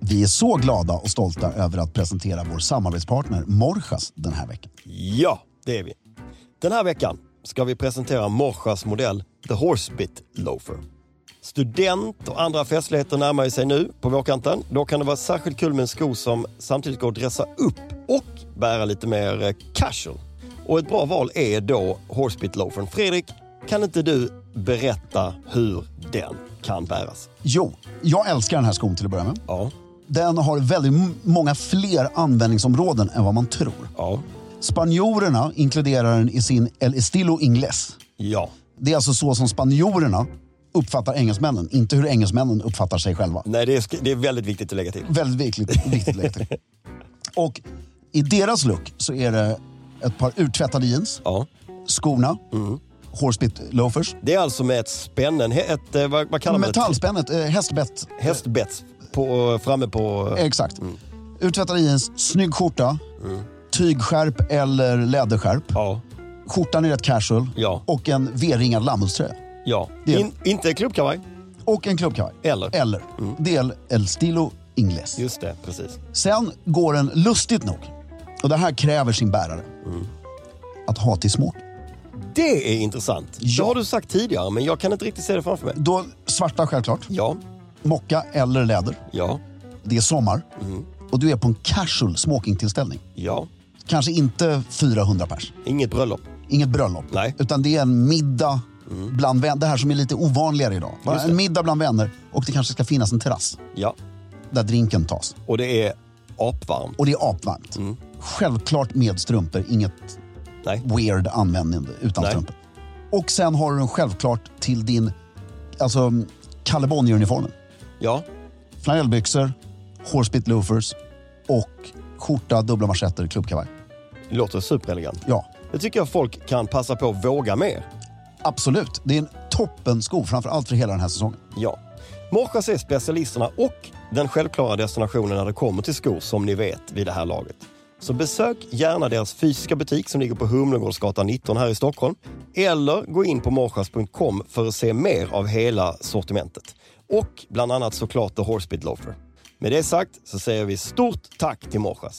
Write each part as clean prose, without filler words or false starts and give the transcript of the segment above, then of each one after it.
Vi är så glada och stolta över att presentera vår samarbetspartner Morjas den här veckan. Ja, det är vi. Den här veckan ska vi presentera Morjas modell The Horsebit Loafer. Student och andra festligheter närmar sig nu på vårkanten. Då kan det vara särskilt kul med en sko som samtidigt går att dressa upp och bära lite mer casual. Och ett bra val är då Horsebit Loafern. Fredrik, kan inte du berätta hur den kan bäras? Jo, jag älskar den här skon till att börja med. Ja. Den har väldigt många fler användningsområden än vad man tror. Ja. Spanjorerna inkluderar den i sin El Estilo Inglés. Ja. Det är alltså så som spanjorerna uppfattar engelsmännen, inte hur engelsmännen uppfattar sig själva. Nej, det är väldigt viktigt att lägga till. Väldigt viktigt att lägga till. Och i deras look så är det ett par uttvättade jeans, skorna, Horsebit loafers. Det är alltså med ett spännen, vad kallar man det? Metallspännet, hästbett. Hästbett framme på... Exakt. Uttvättade jeans, snygg skjorta, tygskärp eller läderskärp. Ja. Skjortan är rätt casual och en V-ringad lammullströja. Ja, inte klubbkavaj. Och en klubbkavaj. Eller. Det är El Estilo Inglés. Just det, precis. Sen går den lustigt nog, och det här kräver sin bärare, att ha till smoking. Det är intressant. Det har du sagt tidigare, men jag kan inte riktigt se det framför mig. Då svarta självklart. Ja. Mocka eller läder. Ja. Det är sommar. Och du är på en casual smokingtillställning. Ja. Kanske inte 400 pers. Inget bröllop. Inget bröllop. Nej. Utan det är en middag bland vänner. Det här som är lite ovanligare idag. Bara en middag bland vänner. Och det kanske ska finnas en terrass. Ja. Där drinken tas. Och det är apvarmt. Och det är apvarmt. Självklart med strumpor. Inget weird användning utan strumpor. Och sen har du den självklart till din Kalle Bonnier-uniformen. Ja. Flanellbyxor, Horsebit loafers och skjorta, dubbla manschetter, klubbkavaj. Det låter superelegant. Ja. Det tycker jag folk kan passa på att våga mer. Absolut. Det är en toppen sko, framförallt för hela den här säsongen. Ja. Morjas är specialisterna och den självklara destinationen när det kommer till skor, som ni vet vid det här laget. Så besök gärna deras fysiska butik som ligger på Humlegårdsgatan 19 här i Stockholm. Eller gå in på morjas.com för att se mer av hela sortimentet. Och bland annat såklart The Horsebit Loafer. Med det sagt så säger vi stort tack till Morjas.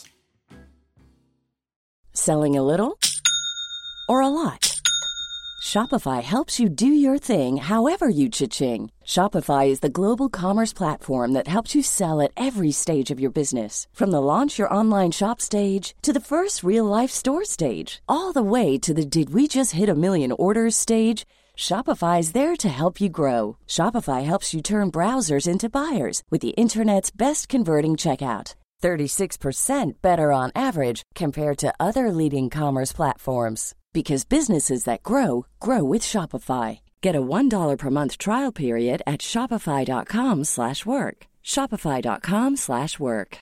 Selling a little or a lot? Shopify helps you do your thing however you cha-ching. Shopify is the global commerce platform that helps you sell at every stage of your business. From the launch your online shop stage to the first real-life store stage, all the way to the did we just hit a million orders stage. Shopify is there to help you grow. Shopify helps you turn browsers into buyers with the internet's best converting checkout. 36% better on average compared to other leading commerce platforms. Because businesses that grow, grow with Shopify. Get a $1 per month trial period at shopify.com/work. Shopify.com/work.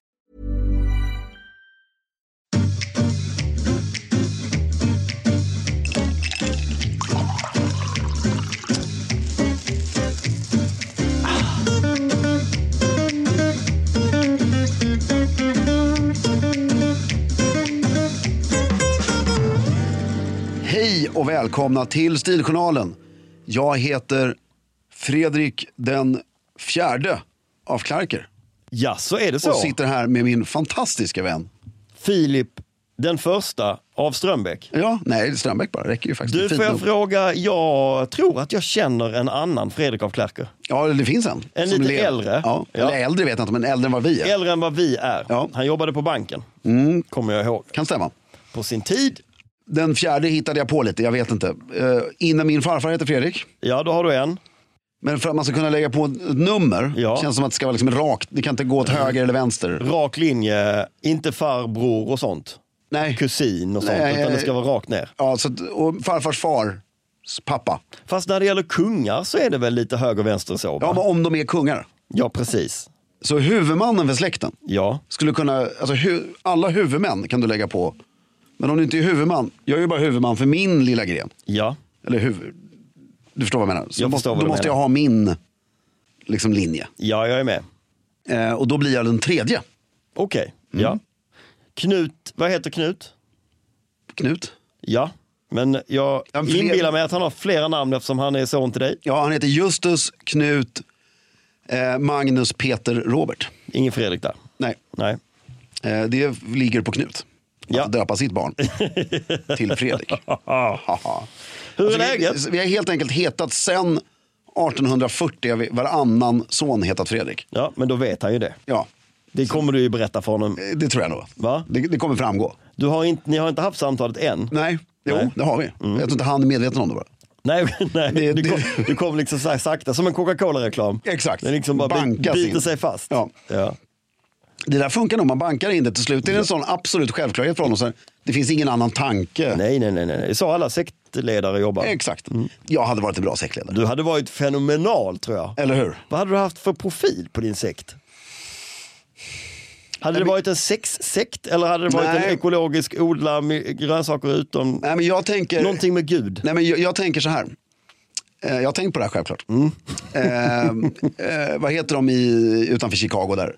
Hej och välkomna till Stiljournalen. Jag heter Fredrik den 4:e av Klarker. Ja, så är det så. Och sitter här med min fantastiska vän Filip den första av Strömbäck. Ja, nej, Strömbäck bara, räcker ju faktiskt. Du, får jag fråga, jag tror att jag känner en annan Fredrik av Klarker. Ja, det finns en. En lite äldre. Ja, eller äldre vet jag inte, men äldre än vad vi är. Äldre än vad vi är. Ja. Han jobbade på banken, kommer jag ihåg. Kan stämma. På sin tid. Den 4:e hittade jag på lite, jag vet inte. Innan min farfar heter Fredrik. Ja, då har du en. Men för att man ska kunna lägga på ett nummer, känns som att det ska vara liksom rakt. Det kan inte gå åt höger eller vänster. Rak linje, inte farbror och sånt. Nej. Kusin och sånt, utan det ska vara rakt ner. Ja, så att, och farfars fars pappa. Fast när det gäller kungar så är det väl lite höger och vänster så, va? Ja, men om de är kungar. Ja, precis. Så huvudmannen för släkten skulle kunna, alltså alla huvudmän kan du lägga på. Men om du inte är huvudman, jag är ju bara huvudman för min lilla gren. Ja. Eller du förstår vad jag menar. Så då måste jag ha min liksom linje. Ja, jag är med. Och då blir jag den 3:e. Okej, ja. Knut, vad heter Knut? Knut? Ja, men jag inbillar mig att han har flera namn eftersom han är son till dig. Ja, han heter Justus, Knut, Magnus, Peter, Robert. Ingen Fredrik där? Nej. Det ligger på Knut. Att döpa sitt barn till Fredrik. Hur är läget? Vi har helt enkelt hetat sen 1840 varannan son hetat Fredrik. Ja, men då vet han ju det. Ja. Det kommer du ju berätta för honom. Det tror jag nog. Va? Det kommer framgå. Ni har inte haft samtalet än? Nej, det har vi. Jag tror inte han är medveten om det bara. Nej. Du kom liksom så här sakta som en Coca-Cola-reklam. Exakt. Det liksom bara biter sig fast. Ja. Det där funkar nog, man bankar in det till slut. Det är en sån absolut självklarhet för honom. Så det finns ingen annan tanke. Nej. Det sa alla sektledare jobbar. Exakt. Jag hade varit en bra sektledare. Du hade varit fenomenal, tror jag. Eller hur? Vad hade du haft för profil på din sekt? Hade det varit en sexsekt eller hade det varit en ekologisk odla med grönsaker utom? Nej, men jag tänker någonting med Gud. Nej, men jag tänker så här. Jag har tänkt på det här självklart. Vad heter de utanför Chicago där?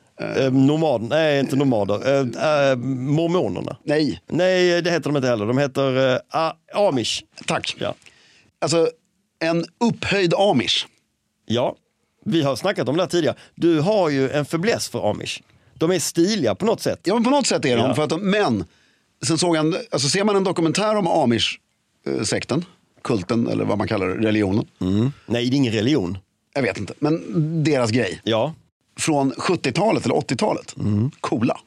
Nej, inte nomader. Mormonerna. Nej, det heter de inte heller. De heter Amish. Tack. Ja. Alltså, en upphöjd Amish. Ja, vi har snackat om det här tidigare. Du har ju en fäbless för Amish. De är stiliga på något sätt. Ja, men på något sätt är de. För att men, sen såg jag, alltså ser man en dokumentär om Amish-sekten, kulten eller vad man kallar det, religionen. Nej, det är ingen religion. Jag vet inte, men deras grej. Ja. Från 70-talet eller 80-talet. Coola.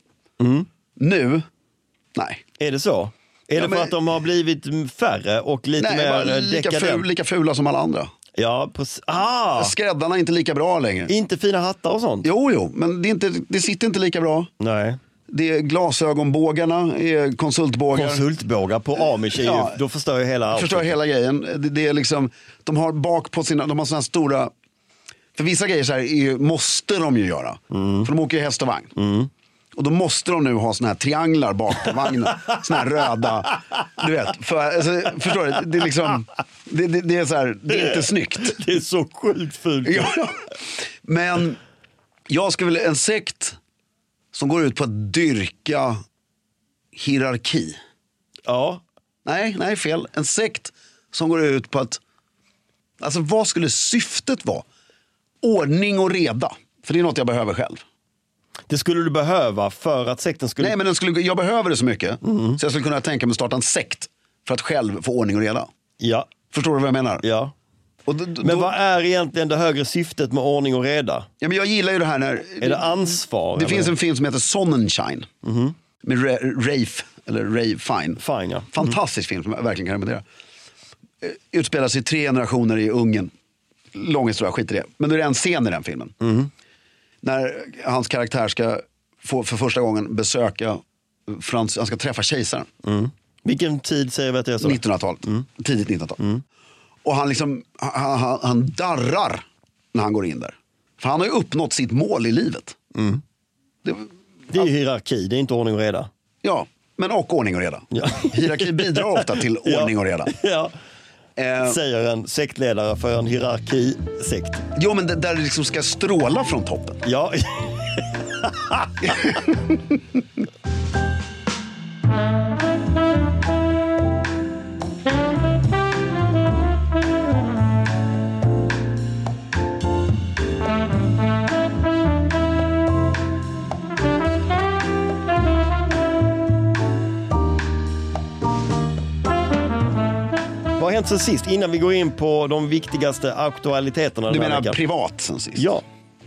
Nu, nej. Är det så? Är det för att de har blivit färre och lite mer dekadent? Lika fula som alla andra. Ja, skräddarna är inte lika bra längre. Inte fina hattar och sånt? Jo, men det sitter inte lika bra. Nej. Det är glasögonbågarna, är konsultbågar. Konsultbågar på Amish är ju, då förstör jag hela grejen. Det är liksom, de har bak på sina, de har såna stora, för vissa grejer så här måste de ju göra. För de åker ju häst och vagn. Och då måste de nu ha såna här trianglar bak på vagnen. Såna här röda, du vet. Förstår du? Det är liksom, det är så här, det är inte snyggt. Det är så sjukt fult. Ja. Men jag skulle vilja en sekt som går ut på att dyrka hierarki. Ja. Nej, fel. En sekt som går ut på att, alltså vad skulle syftet vara? Ordning och reda. För det är något jag behöver själv. Det skulle du behöva för att sekten skulle... Nej, men jag behöver det så mycket. Så jag skulle kunna tänka mig att starta en sekt för att själv få ordning och reda. Ja. Förstår du vad jag menar? Ja. Men vad är egentligen det högre syftet med ordning och reda? Ja, men jag gillar ju det här när... Är det ansvar? Det finns en film som heter Sonnenschein. Med Ray Fiennes. Fine, ja. Fantastisk film som jag verkligen kan rekommendera. Utspelar sig 3 generationer i Ungern. Lång historia, skit i det. Men det är en scen i den filmen. När hans karaktär ska få för första gången besöka han ska träffa kejsaren. Vilken tid säger vi att det är så? 1900-talet. Tidigt 1900-tal. Och han liksom, han darrar när han går in där. För han har ju uppnått sitt mål i livet. Det är hierarki, det är inte ordning och reda. Ja, men och ordning och reda. Ja. Hierarki bidrar ofta till ordning och reda. Ja. Säger en sektledare för en hierarkisekt. Jo, men där det liksom ska stråla från toppen. Ja. Vad har hänt sen sist? Innan vi går in på de viktigaste aktualiteterna. Du menar privat sen sist? Ja.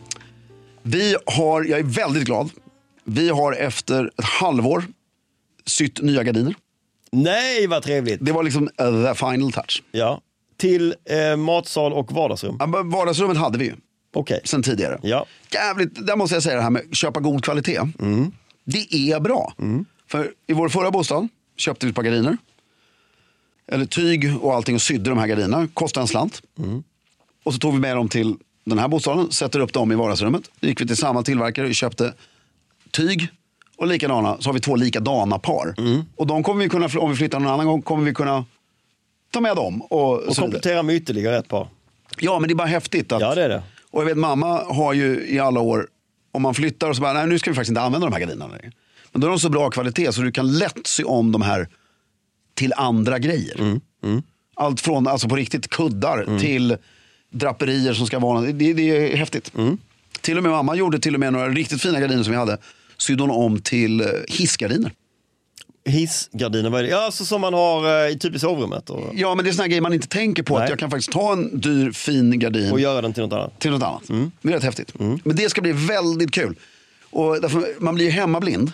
Jag är väldigt glad. Vi har efter ett halvår sytt nya gardiner. Nej, vad trevligt. Det var liksom the final touch. Ja. Till matsal och vardagsrum. Ja, vardagsrummet hade vi ju. Okej. Sen tidigare. Ja. Jävligt, där måste jag säga det här med köpa god kvalitet. Det är bra. För i vår förra bostad köpte vi ett par gardiner. Eller tyg och allting och sydde de här gardinerna. Kostade en slant. Och så tog vi med dem till den här bostaden. Sätter upp dem i vardagsrummet. Då gick vi till samma tillverkare och köpte tyg och likadana. Så har vi 2 likadana par. Och de kommer vi kunna, om vi flyttar någon annan gång, kommer vi kunna ta med dem. Och komplettera med ytterligare ett par. Ja, men det är bara häftigt. Ja, det är det. Och jag vet, mamma har ju i alla år, om man flyttar och så bara, nej, nu ska vi faktiskt inte använda de här gardinerna längre. Men då är de så bra kvalitet så du kan lätt sy om de här till andra grejer. Allt från, alltså på riktigt, kuddar till draperier som ska vara, det är häftigt. Till och med mamma gjorde till och med några riktigt fina gardiner som vi hade. Sydde hon om till hissgardiner. Hissgardiner, vad är det? Ja, alltså som man har i typ i sovrummet. Och... Ja, men det är såna grejer man inte tänker på. Nej. Att jag kan faktiskt ta en dyr, fin gardin Och göra den till något annat. till något annat. Det är rätt häftigt. Men det ska bli väldigt kul. Och därför, man blir ju hemmablind.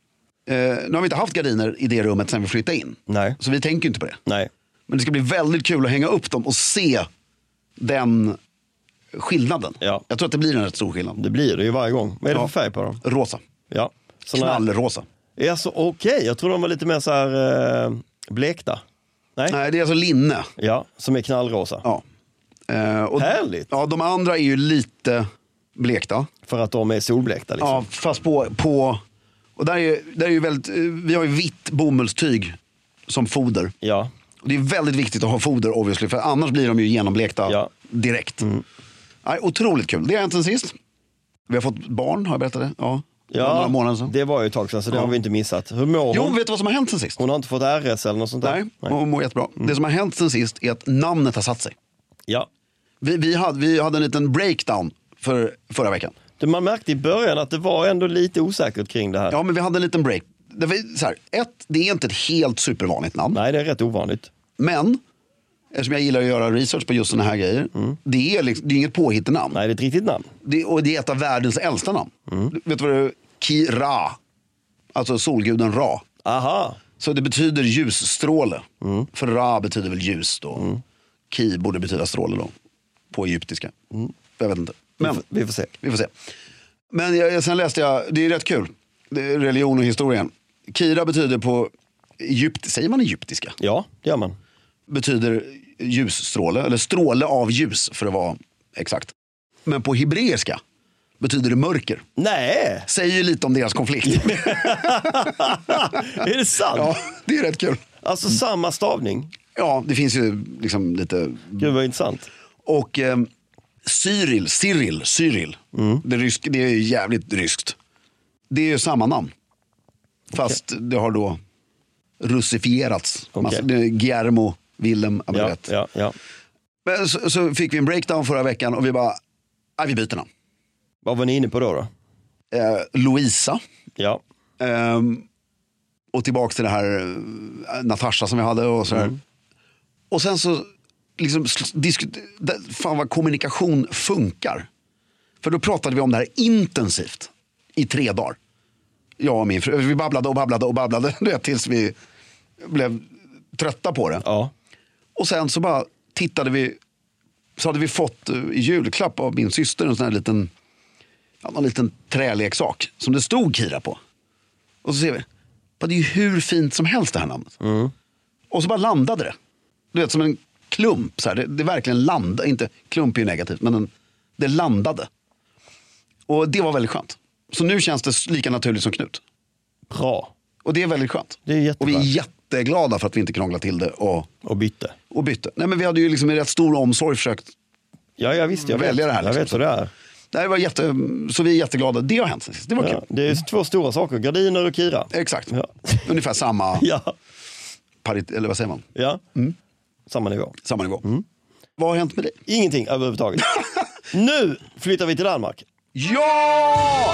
Nu har vi inte haft gardiner i det rummet sen vi flyttade in. Nej. Så vi tänker inte på det. Nej. Men det ska bli väldigt kul att hänga upp dem och se den skillnaden. Ja. Jag tror att det blir en rätt stor skillnad. Det blir det ju varje gång. Vad är det för färg på dem? Rosa. Ja. Knallrosa. Ja, så okej. Jag tror de var lite mer så här blekta. Nej. Nej, det är alltså linne. Ja, som är knallrosa. Ja. Och, Härligt. ja, de andra är ju lite blekta. För att de är solblekta liksom. Ja, fast på och där är ju väldigt, vi har ju vitt bomullstyg som foder. Ja. Och det är väldigt viktigt att ha foder obviously, för annars blir de ju genomblekta direkt. Nej, otroligt kul. Det har hänt sen sist. Vi har fått barn, har jag berättat det? Ja. Några månader sedan. Det var ju ett tag sedan, så det har vi inte missat. Hur mår hon? Jo, vet du vad som har hänt sen sist? Hon har inte fått RS eller något sånt där? Nej, hon mår jättebra. Det som har hänt sen sist är att namnet har satt sig. Ja. Vi hade en liten breakdown förra veckan. Man märkte i början att det var ändå lite osäkert kring det här. Ja, men vi hade en liten break. Det var så här, det är inte ett helt supervanligt namn. Nej, det är rätt ovanligt. Men, eftersom jag gillar att göra research på just såna här grejer, det är inget påhittenamn. Nej, det är ett riktigt namn. Och det är ett av världens äldsta namn. Vet du vad det är? Ki-Ra. Alltså solguden Ra. Aha. Så det betyder ljusstråle. För Ra betyder väl ljus då. Ki borde betyda stråle då. På egyptiska. Jag vet inte. Men Vi får se. vi får se. Men sen läste jag, det är rätt kul. Det är religion och historien. Kira betyder på säger man egyptiska? Ja, det gör man. Betyder ljusstråle, eller stråle av ljus för att vara exakt. Men på hebreiska betyder det mörker. Nej! Säger ju lite om deras konflikt. Är det sant? Ja, det är rätt kul. Alltså samma stavning? Ja, det finns ju liksom lite... Gud vad intressant. Och Cyril. Det är jävligt ryskt. Det är ju samma namn. Fast det har då russifierats. Okay. Det är Guillermo, Willem, Ja. Men så fick vi en breakdown förra veckan och vi bara, vi byter namn. Vad var ni inne på då? Louisa. Ja. Och tillbaka till det här Natasha som vi hade och sådär. Och sen så liksom fan vad kommunikation funkar. För då pratade vi om det här intensivt i 3 dagar. Jag och min fru, vi babblade du vet, tills vi blev trötta på det. Ja. Och sen så bara tittade vi, så hade vi fått i julklapp av min syster en sån här liten träleksak som det stod Kira på. Och så ser vi, det är ju hur fint som helst det här namnet. Och så bara landade det. Du vet, som en klump så här. Det verkligen landade, inte klump är ju negativt, men det landade. Och det var väldigt skönt. Så nu känns det lika naturligt som Knut. Bra. Och det är väldigt skönt. Det är jättebra. Och vi är jätteglada för att vi inte krånglade till det Och bytte. och bytte. Nej, men vi hade ju liksom med rätt stor omsorg försökt Ja, visst. Jag välja vet. det här. Jag Liksom. vet vad det är. Det var så vi är jätteglada. Det har hänt sen sist. Det var kul. Det är 2 stora saker. Gardiner och Kira. Exakt. Ja. Ungefär samma Ja. eller vad säger man? Ja. Samma nivå. Samma nivå. Vad har hänt med dig? Ingenting överhuvudtaget. Nu flyttar vi till Danmark. Ja!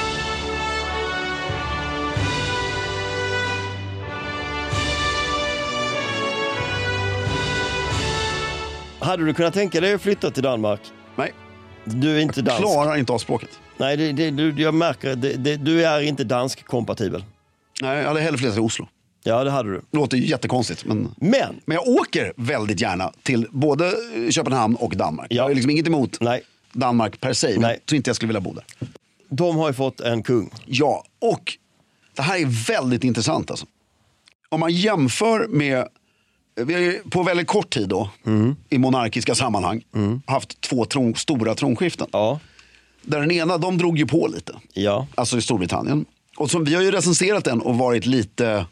Hade du kunnat tänka dig att flytta till Danmark? Nej, Du är inte dansk. klarar inte av språket. Nej, jag märker du är inte dansk-kompatibel. Nej, jag hade hellre flyttat till Oslo. Ja, det hade du. Det låter ju jättekonstigt, men jag åker väldigt gärna till både Köpenhamn och Danmark. Ja. Jag har liksom inget emot Danmark per se, men jag tror inte jag skulle vilja bo där. De har ju fått en kung. Ja, och det här är väldigt intressant alltså. Om man jämför med, vi har ju på väldigt kort tid då, i monarkiska sammanhang, haft 2 stora tronskiften. Ja. Där den ena, de drog ju på lite. Ja. Alltså i Storbritannien. Och som vi har ju recenserat den och varit lite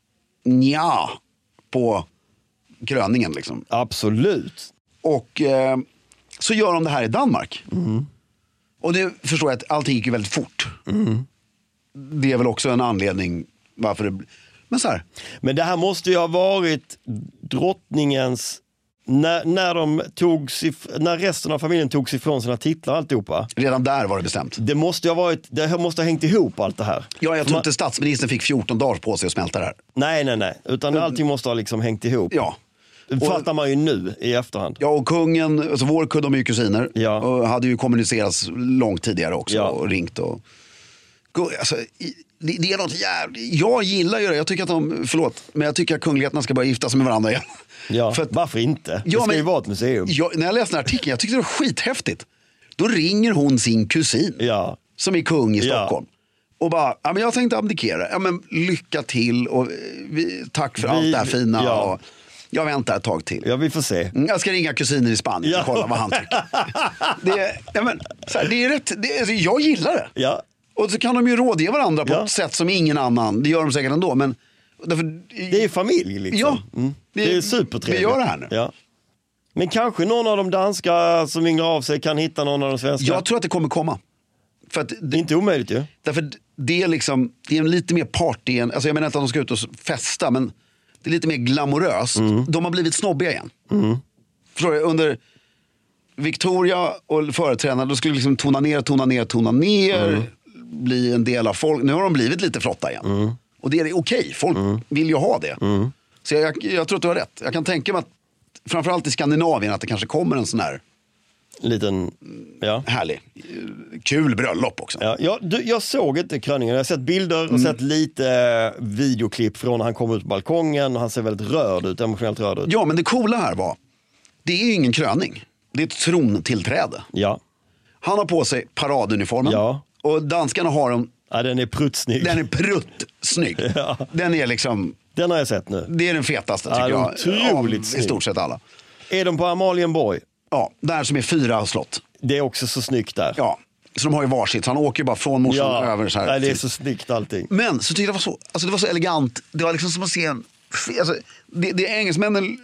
på kröningen liksom. Absolut. Och så gör de det här i Danmark. Och det förstår jag att allting gick ju väldigt fort. Det är väl också en anledning varför det... Men så här. Men det här måste ju ha varit drottningens När resten av familjen togs ifrån sina titlar och alltihopa. Redan där var det bestämt. Det måste ha hängt ihop allt det här. Ja, jag tror inte statsministern fick 14 dagar på sig att smälta det här. Nej. Utan allting måste ha liksom hängt ihop. Ja. Det fattar man ju nu i efterhand. Ja, och kungen, alltså de är ju kusiner. Ja. Och hade ju kommunicerats långt tidigare också. Ja. Och ringt och... Alltså, det är något jävligt... Jag gillar ju det. Jag tycker att men jag tycker att kungligheterna ska börja gifta sig med varandra igen. Ja, För att, varför inte? Det ska ju vara ett museum. När jag läste den här artikeln, jag tyckte det var skithäftigt. Då ringer hon sin kusin, som är kung i Stockholm. Och bara, men jag tänkte abdikera. Ja, men lycka till och tack för allt det här fina. Ja. Och jag väntar ett tag till. Ja, vi får se. Jag ska ringa kusiner i Spanien och kolla vad han tycker. Det är rätt, jag gillar det. Ja. Och så kan de ju rådge varandra på ett sätt som ingen annan. Det gör de säkert ändå, men... Det är familj liksom. Ja, det är supertrevligt. Vi gör det här nu. Ja. Men kanske någon av de danska som ynglar av sig kan hitta någon av de svenska. Jag tror att det kommer komma. För att det är inte omöjligt ju. Därför det är liksom, det är en lite mer party. Alltså jag menar inte att de ska ut och festa, men det är lite mer glamoröst. De har blivit snobbiga igen. Förstår du? Under Victoria och företrädarna, då skulle liksom tona ner. Bli en del av folk. Nu har de blivit lite flotta igen. Och det är okej. Folk vill ju ha det. Så jag tror att du har rätt. Jag kan tänka mig att framförallt i Skandinavien att det kanske kommer en sån här liten, härlig, kul bröllop också. Ja, jag såg inte kröningen. Jag har sett bilder och sett lite videoklipp från när han kom ut på balkongen och han ser väldigt emotionellt rörd ut. Ja, men det coola här var, det är ju ingen kröning. Det är ett trontillträde. Ja. Han har på sig paraduniformen. Ja. Och danskarna har dem. Ja, den är pruttsnygg. Den är pruttsnygg. Ja. Den är liksom... Den har jag sett nu. Det är den fetaste tycker jag. Otroligt snygg. I stort sett alla. Är de på Amalienborg? Ja, där som är 4 slott. Det är också så snyggt där. Ja, så de har ju varsitt. Så han åker ju bara från morsan över så här. Nej, det är så snyggt allting. Men så tyckte jag det var så elegant. Det var liksom som att se en... Alltså, det är engelsmännen...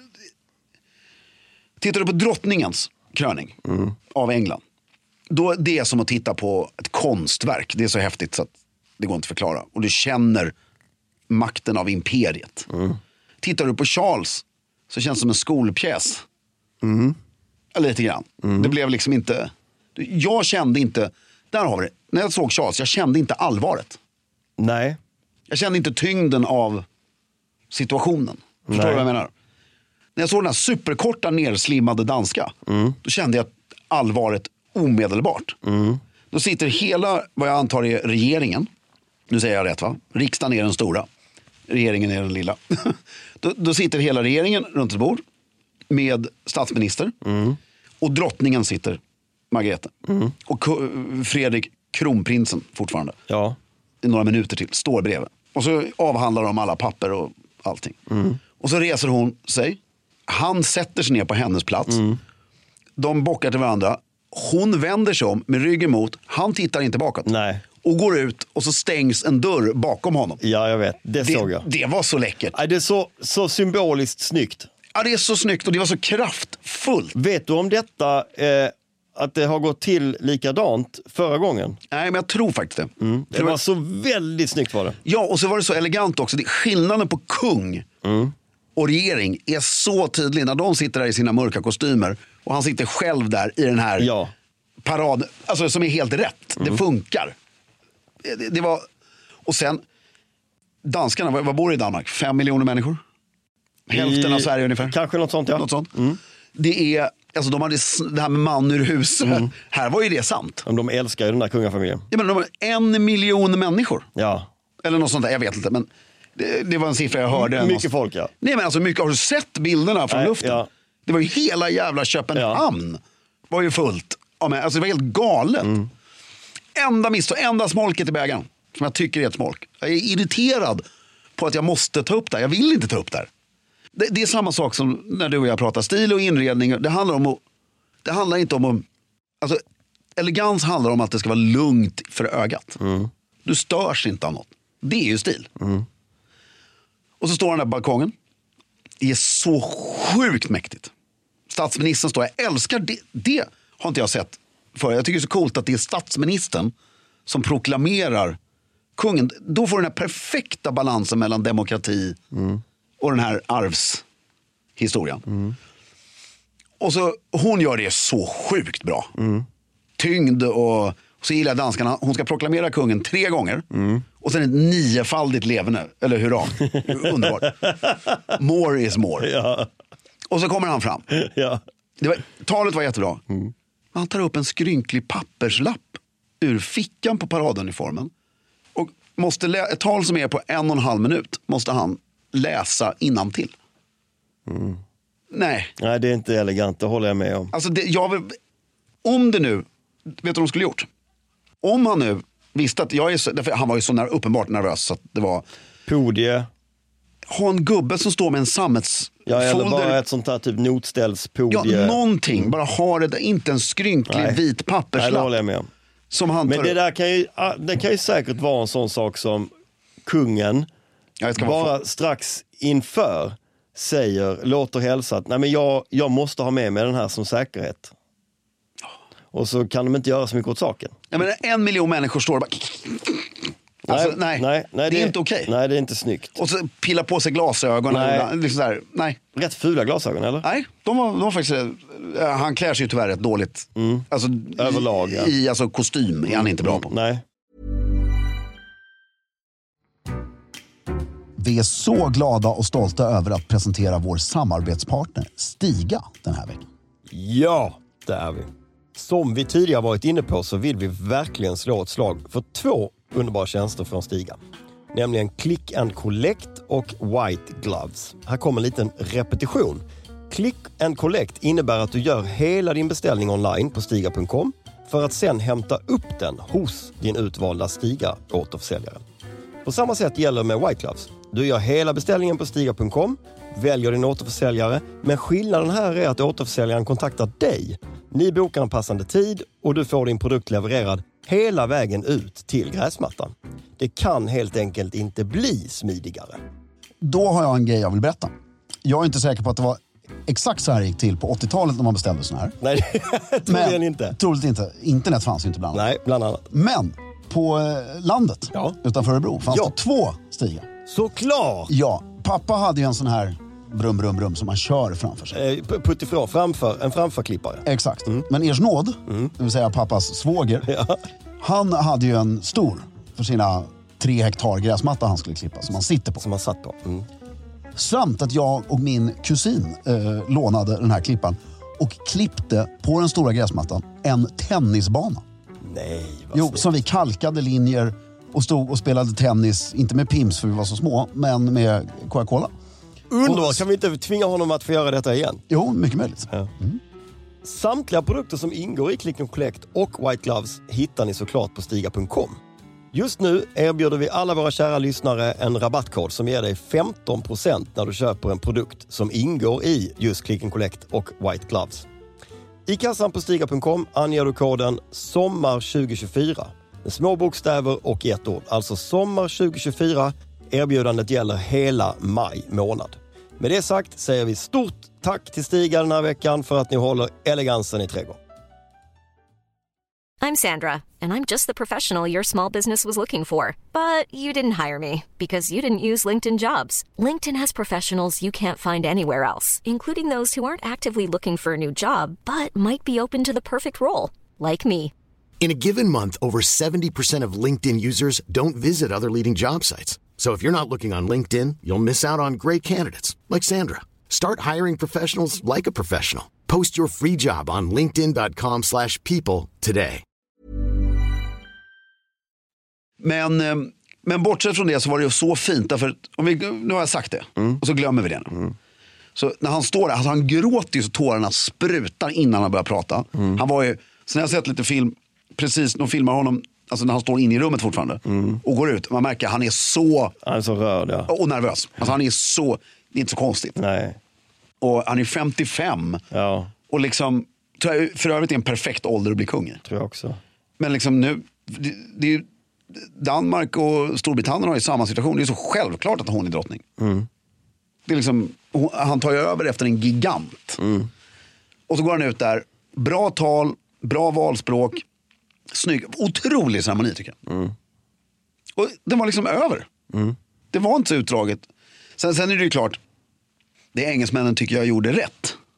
Tittar du på drottningens kröning av England. Då det är som att titta på ett konstverk. Det är så häftigt så att det går inte att förklara. Och du känner makten av imperiet. Tittar du på Charles så känns det som en skolpjäs. Lite grann. Det blev liksom inte... Jag kände inte... Där har vi det. När jag såg Charles, jag kände inte allvaret. Nej. Jag kände inte tyngden av situationen. Förstår du vad jag menar? När jag såg den här superkorta nerslimmade danska, då kände jag allvaret omedelbart. Då sitter hela, vad jag antar är regeringen. Nu säger jag rätt va? Riksdagen är den stora. Regeringen är den lilla. Då sitter hela regeringen runt ett bord med statsminister. Och drottningen sitter, Margrethe. Och Fredrik, kronprinsen fortfarande. Ja. I några minuter till, står bredvid. Och så avhandlar de alla papper och allting. Och så reser hon sig. Han sätter sig ner på hennes plats. De bockar till varandra. Hon vänder sig om med ryggen mot. Han tittar inte bakåt. Nej. Och går ut och så stängs en dörr bakom honom. Ja, jag vet. Det såg jag. Det var så läckert. Det är så symboliskt snyggt. Ja, det är så snyggt och det var så kraftfullt. Vet du om detta att det har gått till likadant förra gången? Nej, men jag tror faktiskt det. Det var så väldigt snyggt var det. Ja, och så var det så elegant också. Skillnaden på kung och regering är så tydlig när de sitter där i sina mörka kostymer och han sitter själv där i den här parad, alltså som är helt rätt. Det funkar. Det var, och sen danskarna, vad bor i Danmark? 5 miljoner människor? Hälften av Sverige ungefär. Kanske något sånt, ja. Något sånt. Det är, alltså de hade det här med man ur hus. Här var ju det sant. De älskar ju den där kungafamiljen. Ja, men de har 1 miljon människor. Ja. Eller något sånt där, jag vet inte. Men det var en siffra jag hörde. Mycket folk, ja. Nej, men alltså mycket, har du sett bilderna från luften? Ja. Det var ju hela jävla Köpenhamn. Var ju fullt. Alltså det var helt galet. Enda smolket i bägaren. Som jag tycker är ett smolk. Jag är irriterad på att jag måste ta upp det. Jag vill inte ta upp det här. Det är samma sak som när du och jag pratar stil och inredning. Det handlar inte om att... Alltså, elegans handlar om att det ska vara lugnt för ögat. Du störs inte av något. Det är ju stil. Och så står han där på balkongen. Det är så sjukt mäktigt. Statsministern står, jag älskar det. Det har inte jag sett för. Jag tycker det är så coolt att det är statsministern som proklamerar kungen. Då får den här perfekta balansen mellan demokrati och den här arvshistorien. Och så, hon gör det så sjukt bra. Tyngd och så gillar danskarna. Hon ska proklamera kungen 3 gånger. Och sen ett 9-faldigt levande. Eller hurra. Underbart. More is more. Ja. Och så kommer han fram. Ja. Talet var jättebra. Han tar upp en skrynklig papperslapp ur fickan på paraduniformen. Och ett tal som är på 1,5 minut måste han läsa innantill. Nej, Nej, det är inte elegant, det håller jag med om. alltså om det nu, vet du vad de skulle gjort? Om han nu visste att därför han var ju så uppenbart nervös så att det var Podie. ha en gubbe som står med en sammetsfolder. Ja, eller bara ett sånt här typ notställspodie. Ja, någonting. Bara ha det, inte en skrynklig vit Nej, det papperslapp. håller jag med om. Som han Men tar det upp. där kan ju säkert vara en sån sak som kungen Ja, det ska bara strax inför låter hälsa att nej, men jag måste ha med mig den här som säkerhet. Och så kan de inte göra så mycket åt saken. Jag menar, 1 miljon människor står och bara... Alltså, nej, det är inte okej. Nej, det är inte snyggt. Och så pilla på sig glasögon. Liksom så här, nej. Rätt fula glasögon, eller? Nej, de var faktiskt... Han klär sig ju tyvärr rätt dåligt. Alltså, Överlag, ja. I kostym är han inte bra på. Nej. Vi är så glada och stolta över att presentera vår samarbetspartner Stiga den här veckan. Ja, det är vi. Som vi tidigare varit inne på så vill vi verkligen slå ett slag för 2 underbara tjänster från Stiga. Nämligen Click and Collect och White Gloves. Här kommer en liten repetition. Click and Collect innebär att du gör hela din beställning online på stiga.com för att sen hämta upp den hos din utvalda Stiga-återförsäljare. På samma sätt gäller med White Gloves. Du gör hela beställningen på stiga.com, väljer din återförsäljare, men skillnaden här är att återförsäljaren kontaktar dig. Ni bokar en passande tid och du får din produkt levererad hela vägen ut till gräsmattan. Det kan helt enkelt inte bli smidigare. Då har jag en grej jag vill berätta. Jag är inte säker på att det var exakt så här det gick till på 80-talet när man beställde sån här. Nej, troligen inte. Troligt inte. Internet fanns ju inte bland annat. Nej, bland annat. Men på landet utanför Örebro fanns det 2 Stiga. Såklart! Ja, pappa hade ju en sån här brum som man kör framför sig. Puttifrån, en framförklippare. Exakt. Men Ers nåd, det vill säga pappas svåger, han hade ju en stor för sina 3 hektar gräsmatta han skulle klippa som han sitter på. Som han satt på. Samt att jag och min kusin lånade den här klippan och klippte på den stora gräsmattan en tennisbana. Nej, vad som vi kalkade linjer och stod och spelade tennis, inte med Pims för vi var så små, men med Coca-Cola. Underbart, kan vi inte tvinga honom att få göra detta igen? Jo, mycket möjligt. Ja. Samtliga produkter som ingår i Click and Collect och White Gloves hittar ni såklart på stiga.com. Just nu erbjuder vi alla våra kära lyssnare en rabattkod som ger dig 15% när du köper en produkt som ingår i just Click and Collect och White Gloves. I kassan på stiga.com anger du koden SOMMAR2024 med små bokstäver och ett ord. Alltså SOMMAR2024. Erbjudandet gäller hela maj månad. Med det sagt säger vi stort tack till Stiga den här veckan för att ni håller elegansen i trädgården. I'm Sandra, and I'm just the professional your small business was looking for. But you didn't hire me because you didn't use LinkedIn Jobs. LinkedIn has professionals you can't find anywhere else, including those who aren't actively looking for a new job, but might be open to the perfect role, like me. In a given month, over 70% of LinkedIn users don't visit other leading job sites. So if you're not looking on LinkedIn, you'll miss out on great candidates like Sandra. Start hiring professionals like a professional. Post your free job on linkedin.com/people today. Men bortsett från det så var det ju så fint. Därför, nu har jag sagt det, och så glömmer vi det nu. Så när han står där, alltså han gråter ju så tårarna sprutar innan han börjar prata. Han var ju, sen har jag sett lite film, precis, de filmar honom alltså när han står inne i rummet fortfarande och går ut. Man märker att han är så rörd, ja. Och nervös. Alltså han är så, det är inte så konstigt. Nej. Och han är 55. Ja. Och liksom, för övrigt är en perfekt ålder att bli kung. Tror jag också. Men liksom nu, det är ju, Danmark och Storbritannien har ju samma situation. Det är så självklart att hon är drottning. Det är liksom, han tar ju över efter en gigant. Och så går han ut där, bra tal, bra valspråk, snygg, otrolig ceremoni tycker jag. Och den var liksom över. Det var inte så utdraget. Sen är det ju klart, det engelsmännen tycker jag gjorde rätt.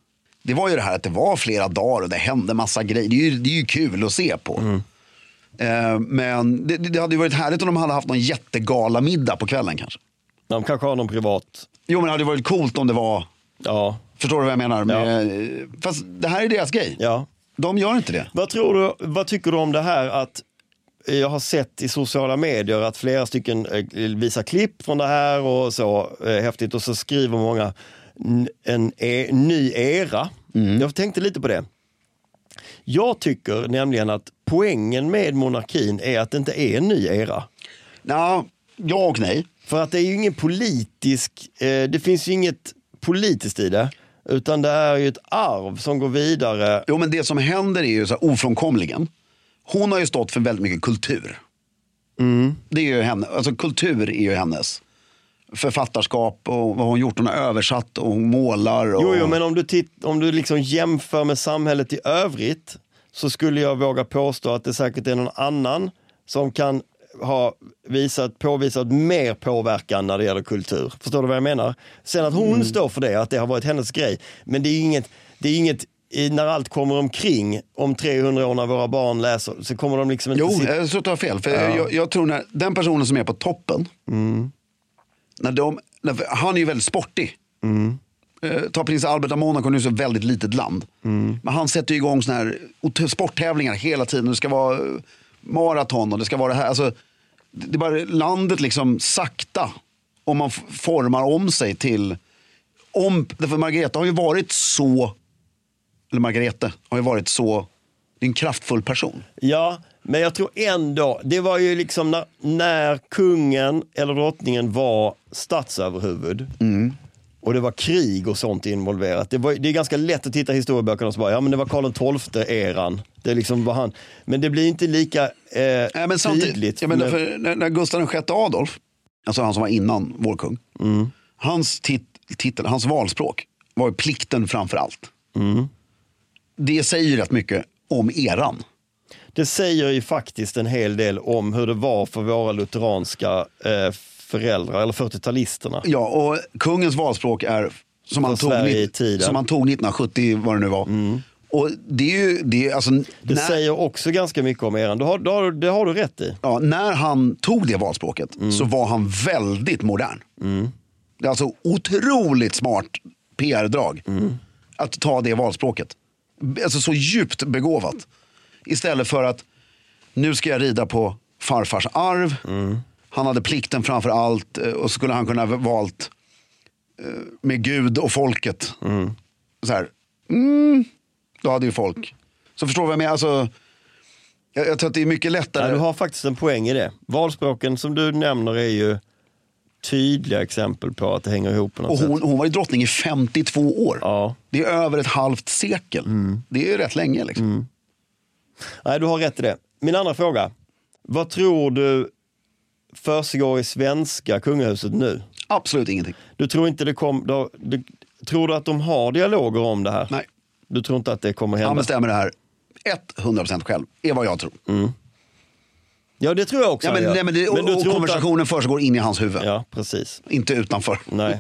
det var ju det här att det var flera dagar och det hände massa grejer. Det är ju kul att se på. Men det hade ju varit härligt om de hade haft någon jättegala middag på kvällen kanske. De kanske har någon privat. Jo, men det hade varit coolt om det var... Ja. Förstår du vad jag menar? Fast det här är deras grej. Ja. De gör inte det. Vad tycker du om det här att jag har sett i sociala medier att flera stycken visar klipp från det här och så häftigt, och så skriver många en ny era. Jag tänkte lite på det. Jag tycker nämligen att poängen med monarkin är att det inte är en ny era. Ja och nej. För att det är ju ingen politisk, det finns ju inget politiskt i det, utan det är ju ett arv som går vidare. Jo, men det som händer är ju så här ofrånkomligen. Hon har ju stått för väldigt mycket kultur. Det är ju henne, alltså kultur är ju hennes författarskap och vad hon gjort. Hon har översatt och hon målar. Och... Jo, men om du liksom jämför med samhället i övrigt, så skulle jag våga påstå att det säkert är någon annan som kan ha påvisat mer påverkan när det gäller kultur. Förstår du vad jag menar? Sen att hon står för det, att det har varit hennes grej. Men det är inget när allt kommer omkring om 300 år när våra barn läser, så kommer de liksom inte... Jo, jag tror att jag har fel. För jag tror när den personen som är på toppen, han är ju väldigt sportig. Ta prins Albert av Monaco, nu är så ett väldigt litet land. Men han sätter ju igång såna här sporttävlingar hela tiden. Det ska vara maraton och det ska vara det här. Alltså, det är bara landet liksom sakta, om man formar om sig till... För Margareta har ju varit så... Eller Margarete har ju varit så... Det är en kraftfull person. Ja, men jag tror ändå... Det var ju liksom när kungen eller drottningen var statsöverhuvud... Och det var krig och sånt involverat. Det är ganska lätt att titta i historieböckerna och så bara, ja men det var Karl XII-eran. Det är liksom var han. Men det blir inte lika tydligt. Jag menar, för när Gustav VI Adolf, alltså han som var innan vår kung, hans titel, hans valspråk var ju plikten framför allt. Det säger ju rätt mycket om eran. Det säger ju faktiskt en hel del om hur det var för våra lutheranska föräldrar, eller 40-talisterna. Ja, och kungens valspråk är som han tog 1970, vad det nu var. Och det är ju... Det säger också ganska mycket om eran. Det har du rätt i. Ja, när han tog det valspråket så var han väldigt modern. Det är alltså otroligt smart PR-drag att ta det valspråket. Alltså så djupt begåvat. Istället för att nu ska jag rida på farfars arv. Han hade plikten framför allt, och så skulle han kunna ha valt med Gud och folket. Så här. Då hade ju folk. Så förstår vi vad jag menar? Alltså, jag tror att det är mycket lättare. Ja, du har faktiskt en poäng i det. Valspråken som du nämner är ju tydliga exempel på att det hänger ihop på något sätt. Hon var ju drottning i 52 år. Ja. Det är över ett halvt sekel. Det är ju rätt länge liksom. Nej, du har rätt i det. Min andra fråga. Vad tror du försiggår i svenska kungahuset nu? Absolut ingenting. Du tror inte tror du att de har dialoger om det här? Nej. Du tror inte att det kommer hända? Han bestämmer det här 100% själv, är vad jag tror. Ja, det tror jag också. Ja, men och konversationen försiggår in i hans huvud. Ja, precis. Inte utanför. Nej.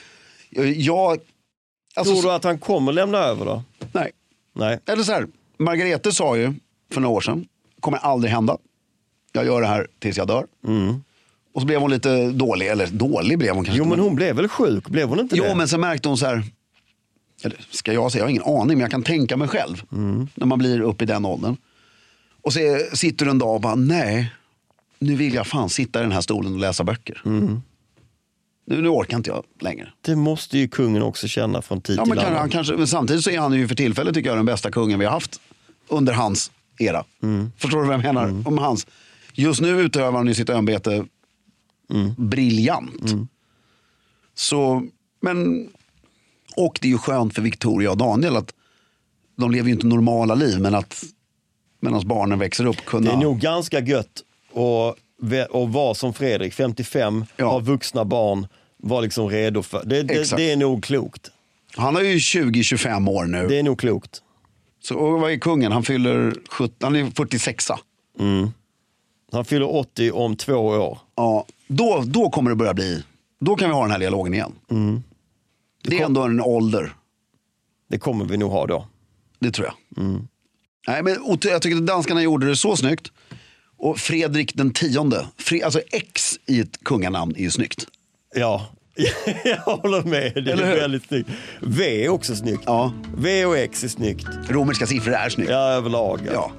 Alltså, tror du att han kommer lämna över då? Nej. Eller så här, Margarete sa ju för några år sedan, kommer aldrig hända. Jag gör det här tills jag dör. Och så blev hon lite dålig, eller dålig blev hon kanske. Jo, men hon blev väl sjuk, blev hon inte det? Jo, men sen märkte hon så här, eller ska jag säga, jag har ingen aning, men jag kan tänka mig själv när man blir upp i den åldern. Och så sitter du en dag och bara, nej, nu vill jag fan sitta i den här stolen och läsa böcker. Nu orkar inte jag längre. Det måste ju kungen också känna från tid till annan. Men samtidigt så är han ju för tillfället, tycker jag, den bästa kungen vi har haft under hans era. Förstår du vad jag menar? Om hans. Just nu utövar han ju sitt ämbete briljant. Så, men... Och det är ju skönt för Victoria och Daniel att de lever ju inte normala liv, men att medan barnen växer upp kunna... Det är nog ganska gött och vara som Fredrik, 55, har vuxna barn, var liksom redo för... Det är nog klokt. Han har ju 20-25 år nu. Det är nog klokt. Så och vad är kungen? Han fyller 70, han är 46. Han fyller 80 om 2 år. Ja, då kommer det börja bli... Då kan vi ha den här dialogen igen. Det är ändå en ålder. Det kommer vi nog ha då. Det tror jag. Nej, men jag tycker att danskarna gjorde det så snyggt. Och Fredrik den 10:e. Alltså X i ett kunganamn är ju snyggt. Ja, jag håller med. Det är väldigt snyggt. V är också snyggt. Ja. V och X är snyggt. Romerska siffror är snyggt. Ja, överlag. Ja.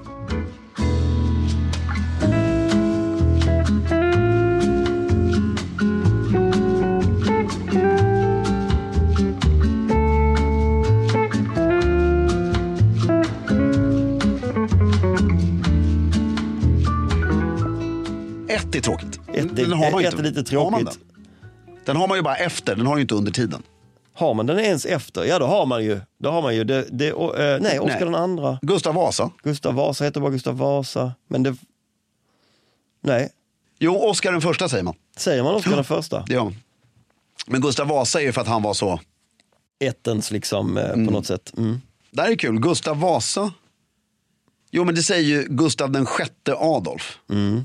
Ett är tråkigt. Den har man ju Ett är lite tråkigt. Har man den? Den har man ju bara efter, den har ju inte under tiden. Har man den ens efter? Ja, då har man ju. Nej, Oscar den andra. Gustav Vasa. Gustav Vasa heter bara Gustav Vasa. Men det... Nej. Jo, Oscar den första säger man. Säger man Oscar den första? Det gör man. Men Gustav Vasa är ju för att han var så... Ettens liksom på något sätt. Det här är kul. Gustav Vasa. Jo, men det säger ju Gustav den 6:e Adolf.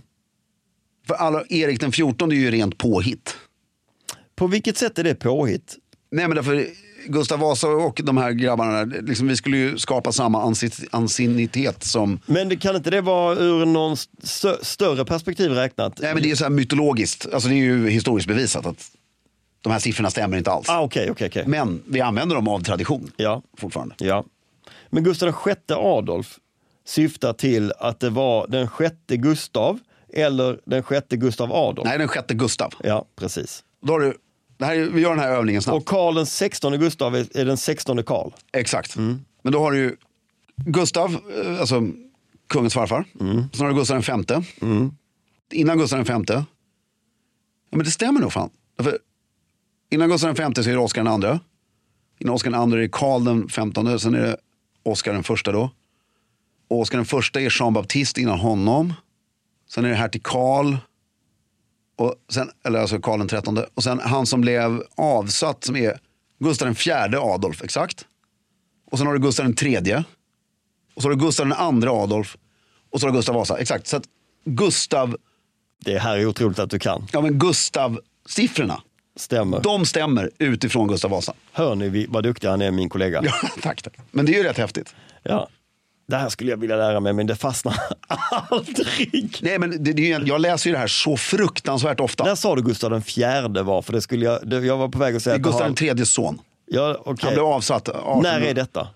För Erik den 14:e är ju rent påhitt. På vilket sätt är det påhitt? Nej, men därför Gustav Vasa och de här grabbarna liksom, vi skulle ju skapa samma ansiennitet som... Men kan inte det vara ur någon större perspektiv räknat? Nej, men det är så här mytologiskt. Alltså det är ju historiskt bevisat att de här siffrorna stämmer inte alls. Okej. Men vi använder dem av tradition fortfarande. Ja. Men Gustav den 6:e Adolf syftar till att det var den 6:e Gustav eller den 6:e Gustav Adolf. Nej, den 6:e Gustav. Ja, precis. Då har du... vi gör den här övningen snabbt. Och Karl den 16:e Gustav är den 16:e Karl. Exakt. Men då har du ju Gustav, alltså kungens farfar. Sen har du Gustav den 5:e. Innan Gustav den 5:e. Ja, men det stämmer nog fan. För innan Gustav den 5:e så är det Oscar den andra. Innan Oscar den andra är det Karl den 15:e. Sen är det Oscar den första då. Och Oscar den första är Jean Baptiste innan honom. Sen är det här till Karl. Och sen, eller alltså Karl den 13:e. Och sen han som blev avsatt som är Gustav den 4:e Adolf, exakt. Och sen har du Gustav den 3:e. Och så har du Gustav den 2:e Adolf. Och så har du Gustav Vasa, exakt. Så att Gustav... Det här är otroligt att du kan. Ja, men Gustav-siffrorna stämmer. De stämmer utifrån Gustav Vasa. Hör ni vad duktig han är, min kollega? Ja, tack. Men det är ju rätt häftigt. Ja. Det här skulle jag vilja lära mig, men det fastnar aldrig. Nej, men jag läser ju det här så fruktansvärt ofta. När sa du Gustav den 4:e var? För det skulle jag var på väg att säga... Det är Gustav den 3:e son. Ja, okay. Han blev avsatt. När är detta?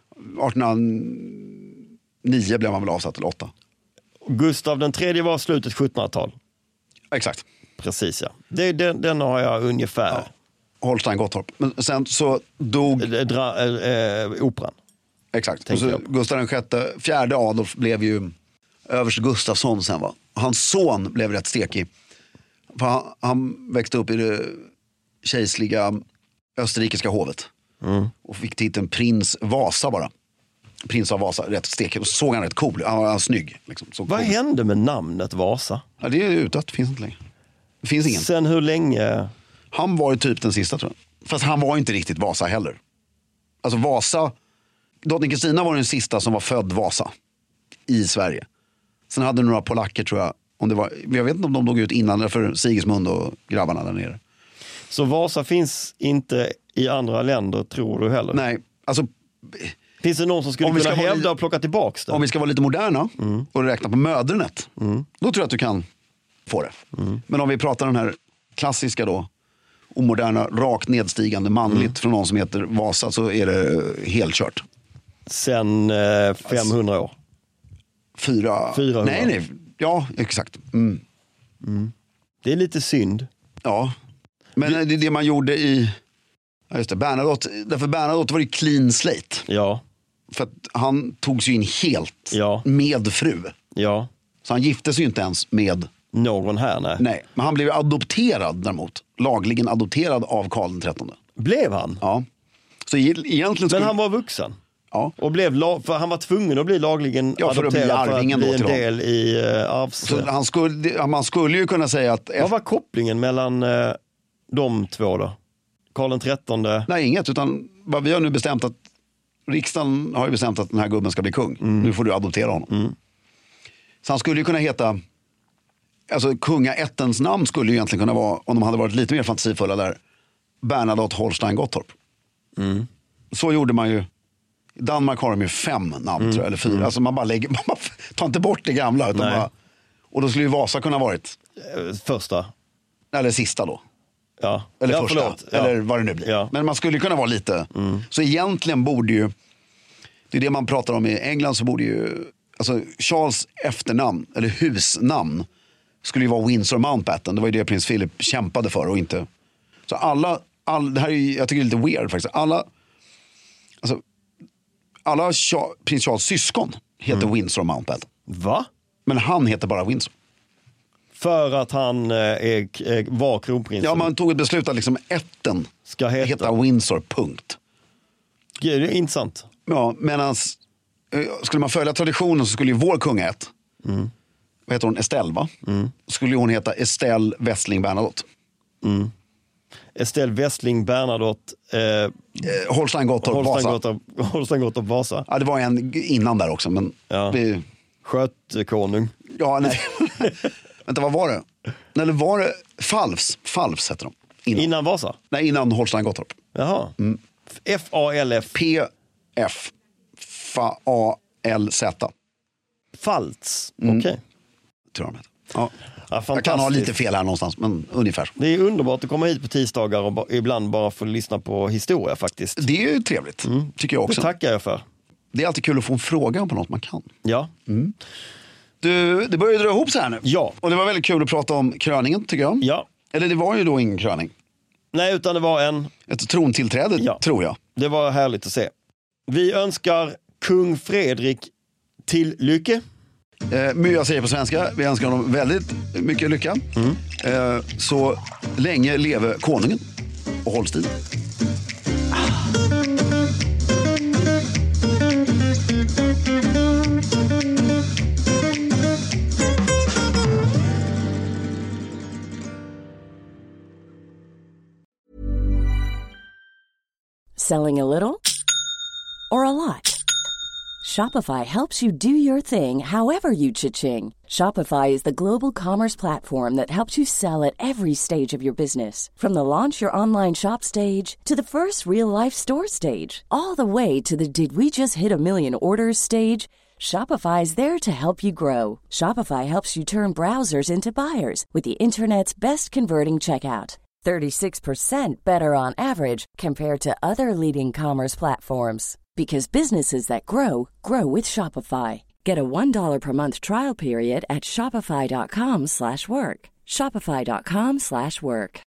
1809 blev han väl avsatt, eller 8. Gustav den 3:e var slutet 1700-tal. Exakt. Precis, ja. Den har jag ungefär. Ja. Holstein Gottorp. Men sen så dog... Operan. Exakt. Och så Gustav den 6:e, 4:e Adolf blev ju överste Gustafsson sen, va. Hans son blev rätt stekig. För han växte upp i det kejserliga österrikiska hovet. Och fick titeln prins Vasa bara. Prins av Vasa, rätt stekig. Och så såg han rätt cool, han var snygg. Liksom. Vad hände med namnet Vasa? Ja, det är utdött, finns inte längre. Det finns ingen. Sen hur länge? Han var ju typ den sista, tror jag. Fast han var inte riktigt Vasa heller. Alltså Vasa... Drottning Kristina var den sista som var född Vasa i Sverige. Sen hade några polacker, tror jag. Jag vet inte om de dog ut innan, för Sigismund och grabbarna där nere. Så Vasa finns inte i andra länder, tror du heller? Nej, alltså... Finns det någon som skulle kunna hävda och plocka tillbaka det? Om vi ska vara lite moderna och räkna på mödernet, då tror jag att du kan få det. Men om vi pratar den här klassiska då, omoderna, rakt nedstigande, manligt från någon som heter Vasa, så är det helt kört. Sen 500 år? 400? Nej, ja, exakt. Det är lite synd. Ja, men det man gjorde i... Ja, just det, Bernadotte. Därför Bernadotte var det clean slate. Ja. För att han tog sig in helt med fru. Ja. Så han gifte sig ju inte ens med... någon här, nej. Men han blev adopterad däremot. Lagligen adopterad av Karl den 13. Blev han? Ja. Så egentligen Men han var vuxen? Ja. Och för han var tvungen att bli lagligen adopterad för att bli arvingen för att bli en del i arvs... Man skulle ju kunna säga att... Vad var kopplingen mellan de två då? Karl den 13? Nej, inget, utan vi har nu bestämt att riksdagen har ju bestämt att den här gubben ska bli kung. Nu får du adoptera honom. Så han skulle ju kunna heta... Alltså kungaättens namn skulle ju egentligen kunna vara, om de hade varit lite mer fantasifulla där, Bernadotte Holstein Gottorp. Så gjorde man ju Danmark har de ju 5 namn tror jag, eller 4. Alltså man bara tar inte bort det gamla. Utan bara, och då skulle ju Vasa kunna varit första. Eller sista då. Ja. Eller ja, första, förlåt. eller vad det nu blir. Ja. Men man skulle kunna vara lite. Så egentligen borde ju, det är det man pratar om i England, så borde ju, alltså Charles efternamn, eller husnamn, skulle ju vara Windsor Mountbatten. Det var ju det prins Philip kämpade för och inte. Så det här är ju, jag tycker det är lite weird faktiskt. Alla prins Charles syskon heter Windsor Mountbatten. Va? Men han heter bara Windsor. För att han var kronprinsen. Ja, man tog ett beslut att liksom ätten ska heta Windsor, punkt. Det är intressant. Ja, medan skulle man följa traditionen så skulle ju vår kungaätt, vad heter hon, Estelle va? Skulle hon heta Estelle Westling Bernadotte. Estelle Westling Bernadotte. Holstein Gottorp Vasa. Holstein Gottorp Vasa. Ja, det var en innan där också. Men ja. Skötkonung. Ja, nej. Vänta, vad var det? Eller var det Falfs heter de. Innan Vasa? Nej, innan Holstein Gottorp. Jaha. F-A-L-F. P-F. F-A-L-Z. Faltz. Okej. Tror jag de heter. Ja. Ja, jag kan ha lite fel här någonstans, men ungefär. Det är underbart att komma hit på tisdagar och ibland bara få lyssna på historia faktiskt. Det är ju trevligt, tycker jag också. Det tackar jag för. Det är alltid kul att få en fråga på något man kan. Ja. Du, det börjar ju dra ihop så här nu. Ja. Och det var väldigt kul att prata om kröningen, tycker jag. Ja. Eller det var ju då ingen kröning. Nej, utan det var ett trontillträde, tror jag. Det var härligt att se. Vi önskar kung Fredrik till lycka. Jag säger på svenska, vi önskar honom väldigt mycket lycka. Så länge leve konungen och håll stil. Selling a little or a lot? Shopify helps you do your thing however you cha-ching. Shopify is the global commerce platform that helps you sell at every stage of your business. From the launch your online shop stage to the first real-life store stage, all the way to the did we just hit a million orders stage. Shopify is there to help you grow. Shopify helps you turn browsers into buyers with the internet's best converting checkout. 36% better on average compared to other leading commerce platforms. Because businesses that grow, grow with Shopify. Get a $1 per month trial period at shopify.com/work. Shopify.com/work.